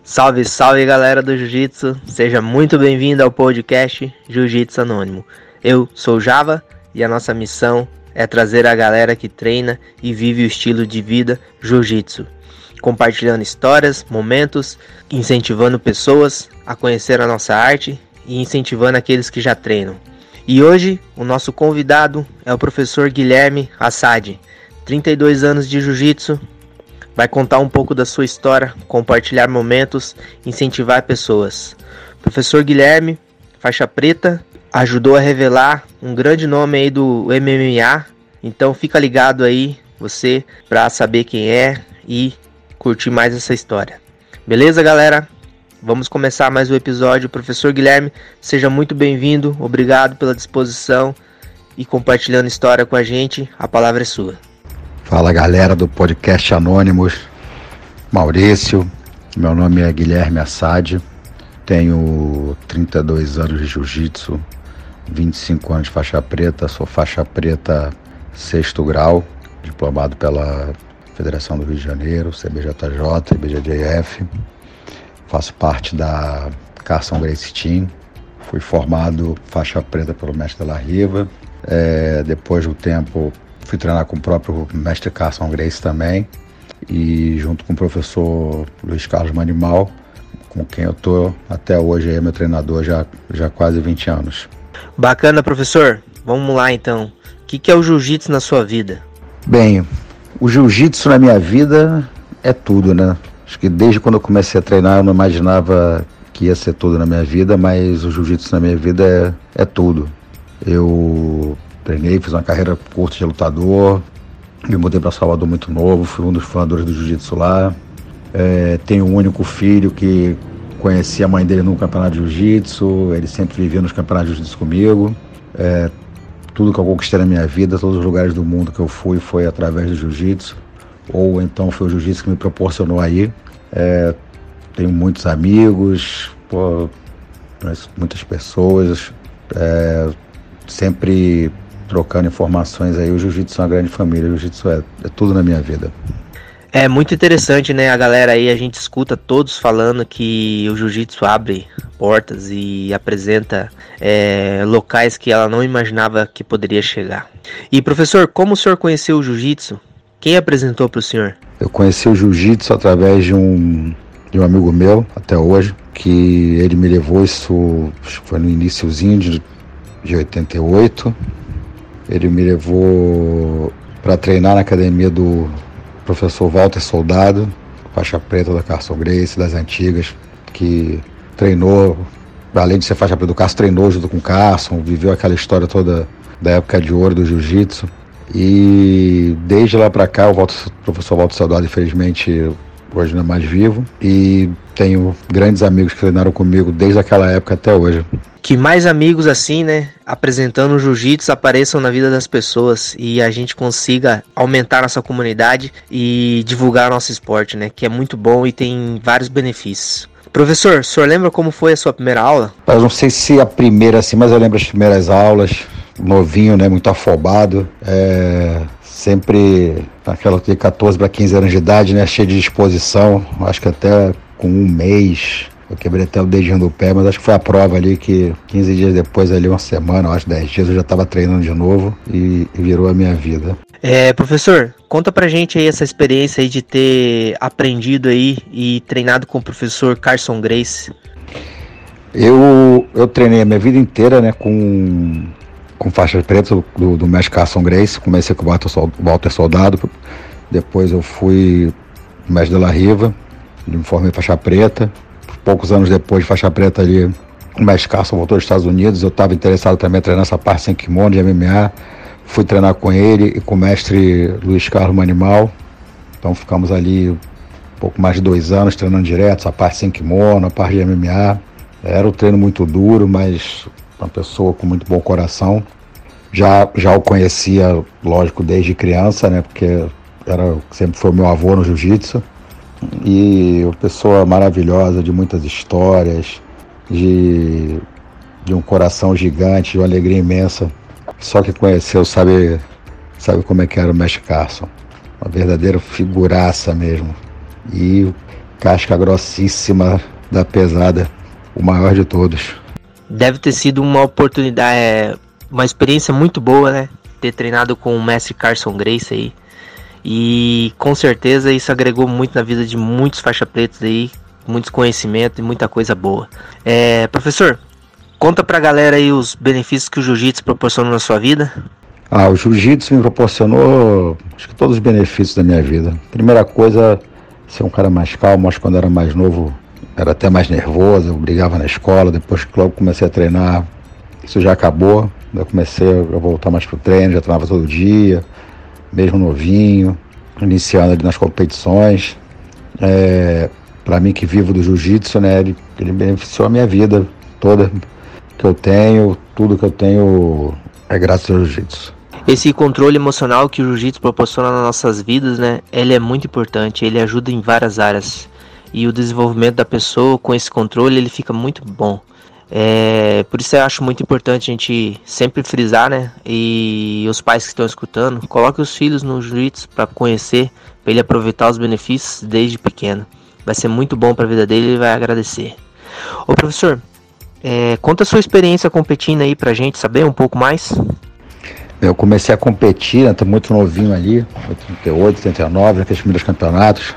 Salve, salve galera do Jiu-Jitsu, seja muito bem-vindo ao podcast Jiu-Jitsu Anônimo. Eu sou o Java e a nossa missão é trazer a galera que treina e vive o estilo de vida Jiu-Jitsu, compartilhando histórias, momentos, incentivando pessoas a conhecer a nossa arte e incentivando aqueles que já treinam. E hoje o nosso convidado é o professor Guilherme Assad, 32 anos de Jiu-Jitsu. Vai contar um pouco da sua história, compartilhar momentos, incentivar pessoas. Professor Guilherme, faixa preta, ajudou a revelar um grande nome aí do MMA. Então fica ligado aí, você, para saber quem é e curtir mais essa história. Beleza, galera? Vamos começar mais um episódio. Professor Guilherme, seja muito bem-vindo. Obrigado pela disposição e compartilhando história com a gente. A palavra é sua. Fala galera do podcast Anônimos, Maurício, meu nome é Guilherme Assad, tenho 32 anos de Jiu-Jitsu, 25 anos de faixa preta, sou faixa preta 6º grau, diplomado pela Federação do Rio de Janeiro, CBJJ e BJJF, faço parte da Carson Gracie Team, fui formado faixa preta pelo mestre Della Riva, depois de um tempo fui treinar com o próprio mestre Carson Gracie também, e junto com o professor Luiz Carlos Manimal, com quem eu tô até hoje, é meu treinador já há quase 20 anos. Bacana, professor. Vamos lá então. O que é o jiu-jitsu na sua vida? Bem, o jiu-jitsu na minha vida é tudo, né? Acho que desde quando eu comecei a treinar eu não imaginava que ia ser tudo na minha vida, mas o jiu-jitsu na minha vida é tudo. Eu treinei, fiz uma carreira curta de lutador, me mudei para Salvador muito novo, fui um dos fundadores do jiu-jitsu lá. Tenho um único filho que conheci a mãe dele no campeonato de jiu-jitsu, ele sempre vivia nos campeonatos de jiu-jitsu comigo. Tudo que eu conquistei na minha vida, todos os lugares do mundo que eu fui, foi através do jiu-jitsu, ou então foi o jiu-jitsu que me proporcionou aí. Tenho muitos amigos, muitas pessoas, sempre trocando informações aí. O jiu-jitsu é uma grande família, o jiu-jitsu é tudo na minha vida. É muito interessante, né? A galera aí, a gente escuta todos falando que o jiu-jitsu abre portas e apresenta locais que ela não imaginava que poderia chegar. E professor, como o senhor conheceu o jiu-jitsu? Quem apresentou para o senhor? Eu conheci o jiu-jitsu através de um amigo meu, até hoje, que ele me levou, isso foi no iniciozinho de 88, ele me levou para treinar na academia do professor Walter Soldado, faixa preta da Carson Gracie, das antigas, que treinou, além de ser faixa preta do Carson, treinou junto com o Carson, viveu aquela história toda da época de ouro do jiu-jitsu. E desde lá para cá, o professor Walter Soldado, infelizmente, hoje não é mais vivo, e tenho grandes amigos que treinaram comigo desde aquela época até hoje. Que mais amigos assim, né, apresentando o jiu-jitsu apareçam na vida das pessoas e a gente consiga aumentar nossa comunidade e divulgar nosso esporte, né, que é muito bom e tem vários benefícios. Professor, o senhor lembra como foi a sua primeira aula? Eu não sei se a primeira assim, mas eu lembro as primeiras aulas, novinho, né, muito afobado, sempre aquela de 14 para 15 anos de idade, né, cheio de disposição, acho que até com um mês eu quebrei até o dedinho do pé, mas acho que foi a prova ali que 15 dias depois, ali uma semana, acho 10 dias, eu já estava treinando de novo e virou a minha vida. Professor, conta pra gente aí essa experiência aí de ter aprendido aí e treinado com o professor Carson Gracie. Eu treinei a minha vida inteira, né, com faixa preta do mestre Carson Gracie. Comecei com o Walter Soldado, depois eu fui mestre Della Riva, me formei faixa preta. Poucos anos depois de faixa preta ali, o mestre Carson voltou dos Estados Unidos, eu estava interessado também em treinar essa parte sem kimono de MMA, fui treinar com ele e com o mestre Luiz Carlos Manimal, então ficamos ali um pouco mais de 2 anos treinando direto, essa parte sem kimono, a parte de MMA. Era um treino muito duro, mas uma pessoa com muito bom coração. Já o conhecia, lógico, desde criança, né, porque sempre foi meu avô no jiu-jitsu. E uma pessoa maravilhosa, de muitas histórias, de um coração gigante, de uma alegria imensa. Só que conheceu sabe como é que era o mestre Carson. Uma verdadeira figuraça mesmo. E casca grossíssima da pesada, o maior de todos. Deve ter sido uma oportunidade, uma experiência muito boa, né? Ter treinado com o mestre Carson Gracie aí. E com certeza isso agregou muito na vida de muitos faixa pretos aí, muitos conhecimentos e muita coisa boa. Professor, conta pra galera aí os benefícios que o jiu-jitsu proporciona na sua vida. O jiu-jitsu me proporcionou, acho que todos os benefícios da minha vida. Primeira coisa, ser um cara mais calmo. Acho que quando eu era mais novo era até mais nervoso, eu brigava na escola. Depois que logo comecei a treinar, isso já acabou. Eu comecei a voltar mais pro treino, já treinava todo dia, mesmo novinho, iniciando ali nas competições. Para mim que vivo do jiu-jitsu, né, ele beneficiou a minha vida toda que eu tenho, tudo que eu tenho é graças ao jiu-jitsu. Esse controle emocional que o jiu-jitsu proporciona nas nossas vidas, né, ele é muito importante, ele ajuda em várias áreas. E o desenvolvimento da pessoa com esse controle, ele fica muito bom. Por isso eu acho muito importante a gente sempre frisar, né, e os pais que estão escutando, coloquem os filhos no jiu-jitsu para conhecer, para ele aproveitar os benefícios desde pequeno. Vai ser muito bom para a vida dele e ele vai agradecer. Ô professor, conta a sua experiência competindo aí pra gente saber um pouco mais. Eu comecei a competir, né, tô muito novinho ali, 88, 89, naqueles primeiros campeonatos.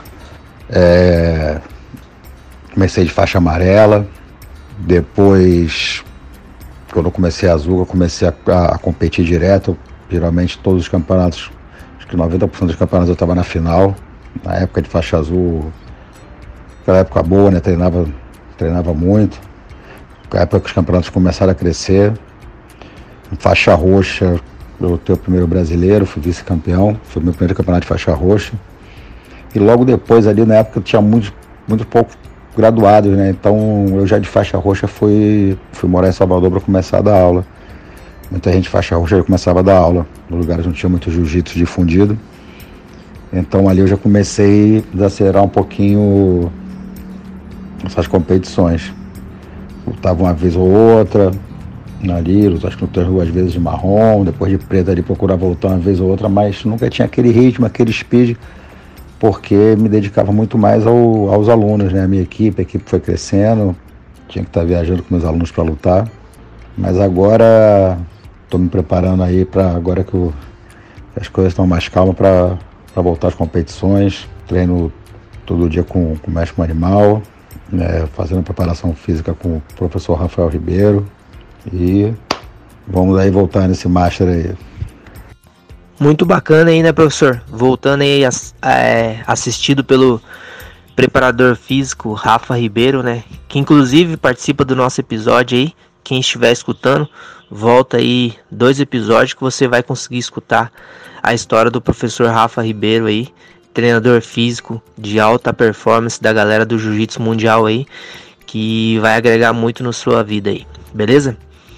Comecei de faixa amarela, depois, quando eu comecei azul, eu comecei a competir direto. Geralmente todos os campeonatos, acho que 90% dos campeonatos eu estava na final. Na época de faixa azul, aquela época boa, né, treinava muito. Na época que os campeonatos começaram a crescer. Em faixa roxa, eu lutei o primeiro brasileiro, fui vice-campeão, foi o meu primeiro campeonato de faixa roxa. E logo depois ali, na época, tinha muito pouco graduados, né? Então eu já de faixa roxa fui morar em Salvador para começar a dar aula. Muita gente de faixa roxa já começava a dar aula, nos lugares não tinha muito jiu-jitsu difundido. Então ali eu já comecei a desacelerar um pouquinho essas competições. Lutava uma vez ou outra ali, acho que lutei 2 vezes de marrom, depois de preta ali procurava voltar uma vez ou outra, mas nunca tinha aquele ritmo, aquele speed, porque me dedicava muito mais aos alunos, né? A minha equipe, a equipe foi crescendo, tinha que estar viajando com meus alunos para lutar, mas agora estou me preparando aí para agora que as coisas estão mais calmas para voltar às competições. Treino todo dia com o mestre Animal, fazendo preparação física com o professor Rafael Ribeiro, e vamos aí voltar nesse master aí. Muito bacana aí, né, professor? Voltando aí, assistido pelo preparador físico Rafa Ribeiro, né? Que inclusive participa do nosso episódio aí. Quem estiver escutando, volta aí 2 episódios que você vai conseguir escutar a história do professor Rafa Ribeiro aí, treinador físico de alta performance da galera do Jiu-Jitsu Mundial aí, que vai agregar muito na sua vida aí, beleza?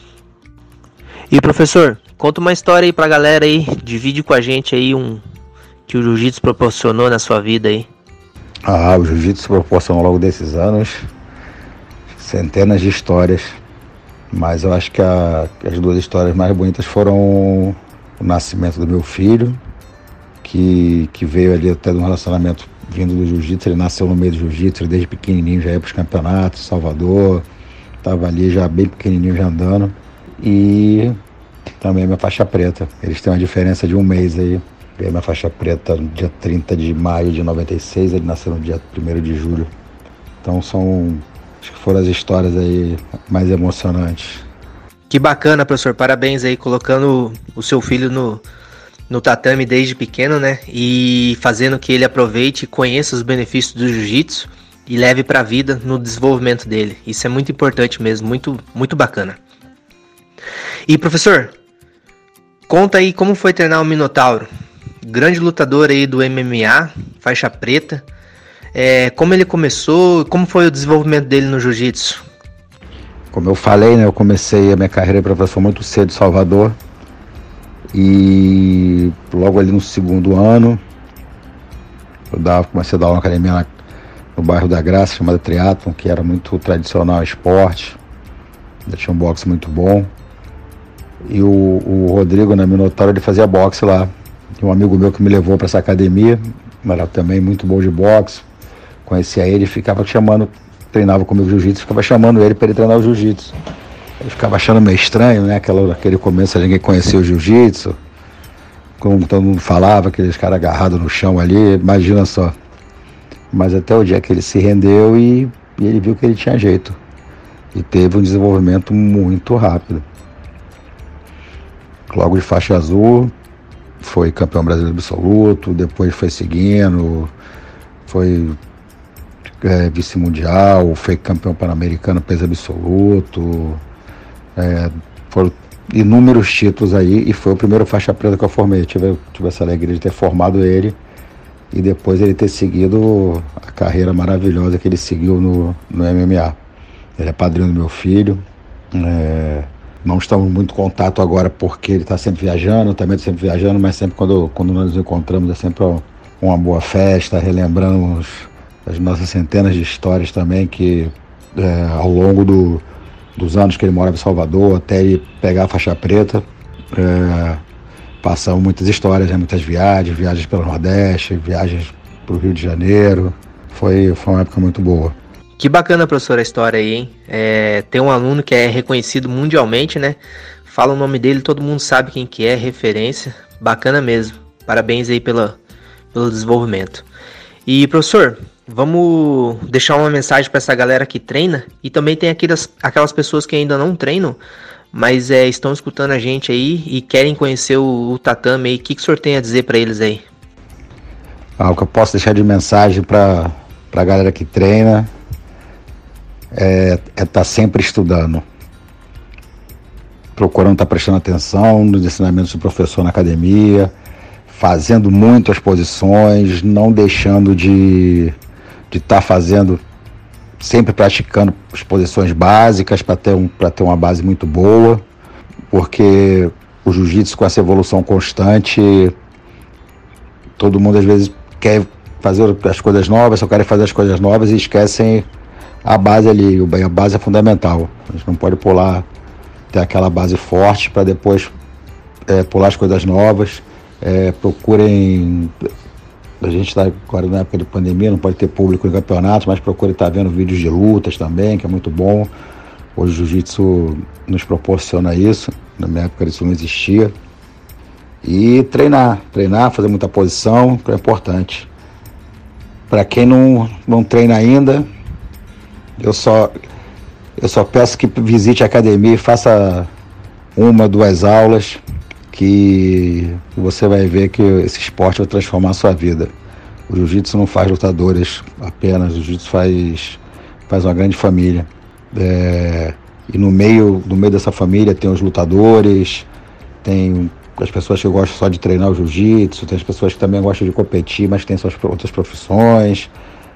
E professor, conta uma história aí pra galera aí, divide com a gente aí que o Jiu-Jitsu proporcionou na sua vida aí. O Jiu-Jitsu proporcionou logo desses anos centenas de histórias, mas eu acho que as 2 histórias mais bonitas foram o nascimento do meu filho, que veio ali até de um relacionamento vindo do Jiu-Jitsu. Ele nasceu no meio do Jiu-Jitsu, ele desde pequenininho já ia para os campeonatos, Salvador, estava ali já bem pequenininho já andando. E também minha faixa preta, eles têm uma diferença de 1 mês aí. Veio minha faixa preta no dia 30 de maio de 96, ele nasceu no dia 1º de julho. Então acho que foram as histórias aí mais emocionantes. Que bacana, professor, parabéns aí, colocando o seu filho no tatame desde pequeno, né? E fazendo que ele aproveite e conheça os benefícios do jiu-jitsu e leve para a vida no desenvolvimento dele. Isso é muito importante mesmo, muito, muito bacana. E professor, conta aí como foi treinar o Minotauro, grande lutador aí do MMA, faixa preta. Como ele começou, como foi o desenvolvimento dele no jiu-jitsu? Como eu falei, né, eu comecei a minha carreira de professor muito cedo em Salvador, e logo ali no 2º ano comecei a dar aula na academia no bairro da Graça, chamada Triathlon, que era muito tradicional esporte, ainda tinha um boxe muito bom. E o Rodrigo, na Minotauro, ele fazia boxe lá. E um amigo meu que me levou para essa academia, era também muito bom de boxe, conhecia ele, ficava chamando, treinava comigo jiu-jitsu, ficava chamando ele para ele treinar o jiu-jitsu. Ele ficava achando meio estranho, né? Aquele começo ninguém conhecia o jiu-jitsu, como todo mundo falava, aqueles caras agarrados no chão ali, imagina só. Mas até o dia que ele se rendeu e ele viu que ele tinha jeito. E teve um desenvolvimento muito rápido. Logo de faixa azul, foi campeão brasileiro absoluto, depois foi seguindo, foi vice-mundial, foi campeão pan-americano peso absoluto, foram inúmeros títulos aí, e foi o primeiro faixa preta que eu formei. Tive essa alegria de ter formado ele e depois ele ter seguido a carreira maravilhosa que ele seguiu no MMA. Ele é padrinho do meu filho. Não estamos muito em contato agora porque ele está sempre viajando, também estou sempre viajando, mas sempre quando nós nos encontramos é sempre uma boa festa, relembrando as nossas centenas de histórias também que ao longo dos anos que ele morava em Salvador, até ele pegar a faixa preta, passamos muitas histórias, né? Muitas viagens pelo Nordeste, viagens para o Rio de Janeiro. Foi uma época muito boa. Que bacana, professor, a história aí, hein? Tem um aluno que é reconhecido mundialmente, né? Fala o nome dele, todo mundo sabe quem que é, referência. Bacana mesmo. Parabéns aí pelo desenvolvimento. E, professor, vamos deixar uma mensagem para essa galera que treina e também tem aquelas pessoas que ainda não treinam, mas estão escutando a gente aí e querem conhecer o tatame aí. O que o senhor tem a dizer para eles aí? O que eu posso deixar de mensagem para a galera que treina é estar sempre estudando, procurando estar prestando atenção nos ensinamentos do professor na academia, fazendo muito as posições, não deixando de estar fazendo, sempre praticando as posições básicas para ter uma base muito boa, porque o jiu-jitsu, com essa evolução constante, todo mundo às vezes quer fazer as coisas novas, só querem fazer as coisas novas e esquecem a base ali. A base é fundamental. A gente não pode ter aquela base forte para depois pular as coisas novas. Procurem, a gente está agora na época de pandemia, não pode ter público em campeonatos, mas procure estar vendo vídeos de lutas também, que é muito bom. Hoje o jiu-jitsu nos proporciona isso, na minha época isso não existia. E treinar, fazer muita posição, que é importante. Para quem não treina ainda, eu só peço que visite a academia e faça 1, 2 aulas, que você vai ver que esse esporte vai transformar a sua vida. O jiu-jitsu não faz lutadores apenas, o jiu-jitsu faz uma grande família. E no meio dessa família tem os lutadores, tem as pessoas que gostam só de treinar o jiu-jitsu, tem as pessoas que também gostam de competir, mas tem suas outras profissões.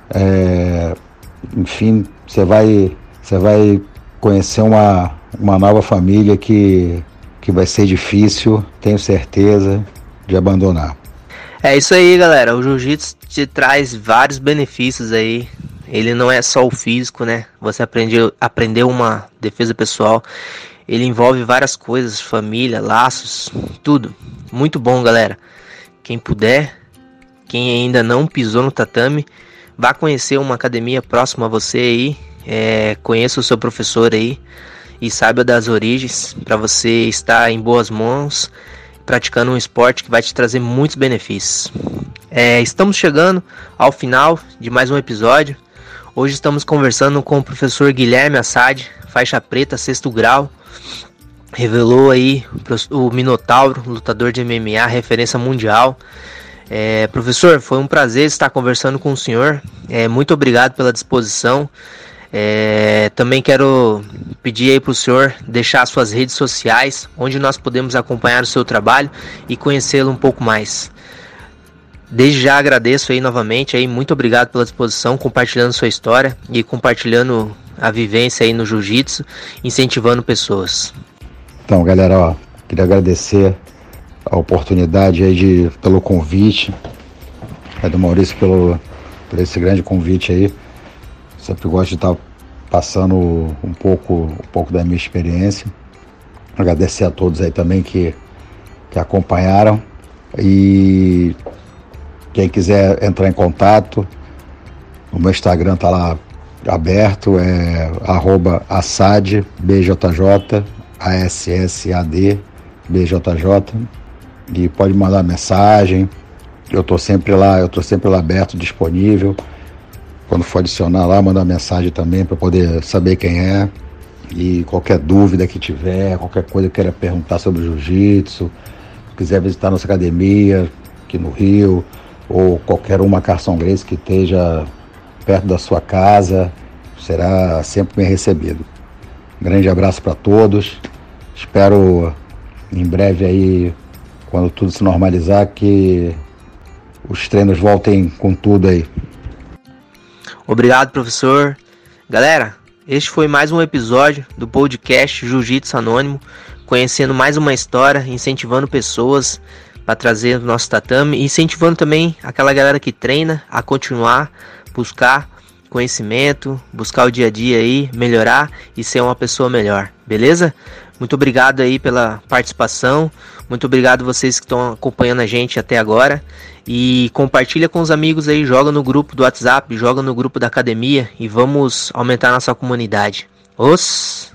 Enfim, você vai conhecer uma nova família que vai ser difícil, tenho certeza, de abandonar. É isso aí, galera. O jiu-jitsu te traz vários benefícios aí. Ele não é só o físico, né? Você aprendeu uma defesa pessoal. Ele envolve várias coisas, família, laços, tudo. Muito bom, galera. Quem puder, quem ainda não pisou no tatame, vá conhecer uma academia próxima a você aí. Conheça o seu professor aí e saiba das origens, para você estar em boas mãos, praticando um esporte que vai te trazer muitos benefícios. Estamos chegando ao final de mais um episódio. Hoje estamos conversando com o professor Guilherme Assad, faixa preta, 6º grau. Revelou aí o Minotauro, lutador de MMA, referência mundial. Professor, foi um prazer estar conversando com o senhor. Muito obrigado pela disposição. Também quero pedir aí para o senhor deixar suas redes sociais, onde nós podemos acompanhar o seu trabalho e conhecê-lo um pouco mais. Desde já agradeço aí novamente, aí, muito obrigado pela disposição, compartilhando sua história e compartilhando a vivência aí no jiu-jitsu, incentivando pessoas. Então, galera, queria agradecer a oportunidade aí pelo convite, do Maurício por esse grande convite aí. Sempre gosto de estar passando um pouco da minha experiência. Agradecer a todos aí também que acompanharam. E quem quiser entrar em contato, O meu Instagram tá lá aberto, é @assad, BJJ, ASSAD, BJJ, e pode mandar mensagem. Eu tô sempre lá aberto, disponível. Quando for adicionar lá, mandar mensagem também para poder saber quem é. E qualquer dúvida que tiver, qualquer coisa que queira perguntar sobre o jiu-jitsu, quiser visitar nossa academia aqui no Rio, ou qualquer uma Carson Gracie que esteja perto da sua casa, será sempre bem recebido. Um grande abraço para todos. Espero em breve aí, quando tudo se normalizar, que os treinos voltem com tudo aí. Obrigado, professor. Galera, este foi mais um episódio do podcast Jiu-Jitsu Anônimo, conhecendo mais uma história, incentivando pessoas para trazer o nosso tatame, e incentivando também aquela galera que treina a continuar, buscar conhecimento, buscar o dia a dia aí, melhorar e ser uma pessoa melhor, beleza? Muito obrigado aí pela participação, muito obrigado vocês que estão acompanhando a gente até agora, e compartilha com os amigos aí, joga no grupo do WhatsApp, joga no grupo da academia e vamos aumentar nossa comunidade. Os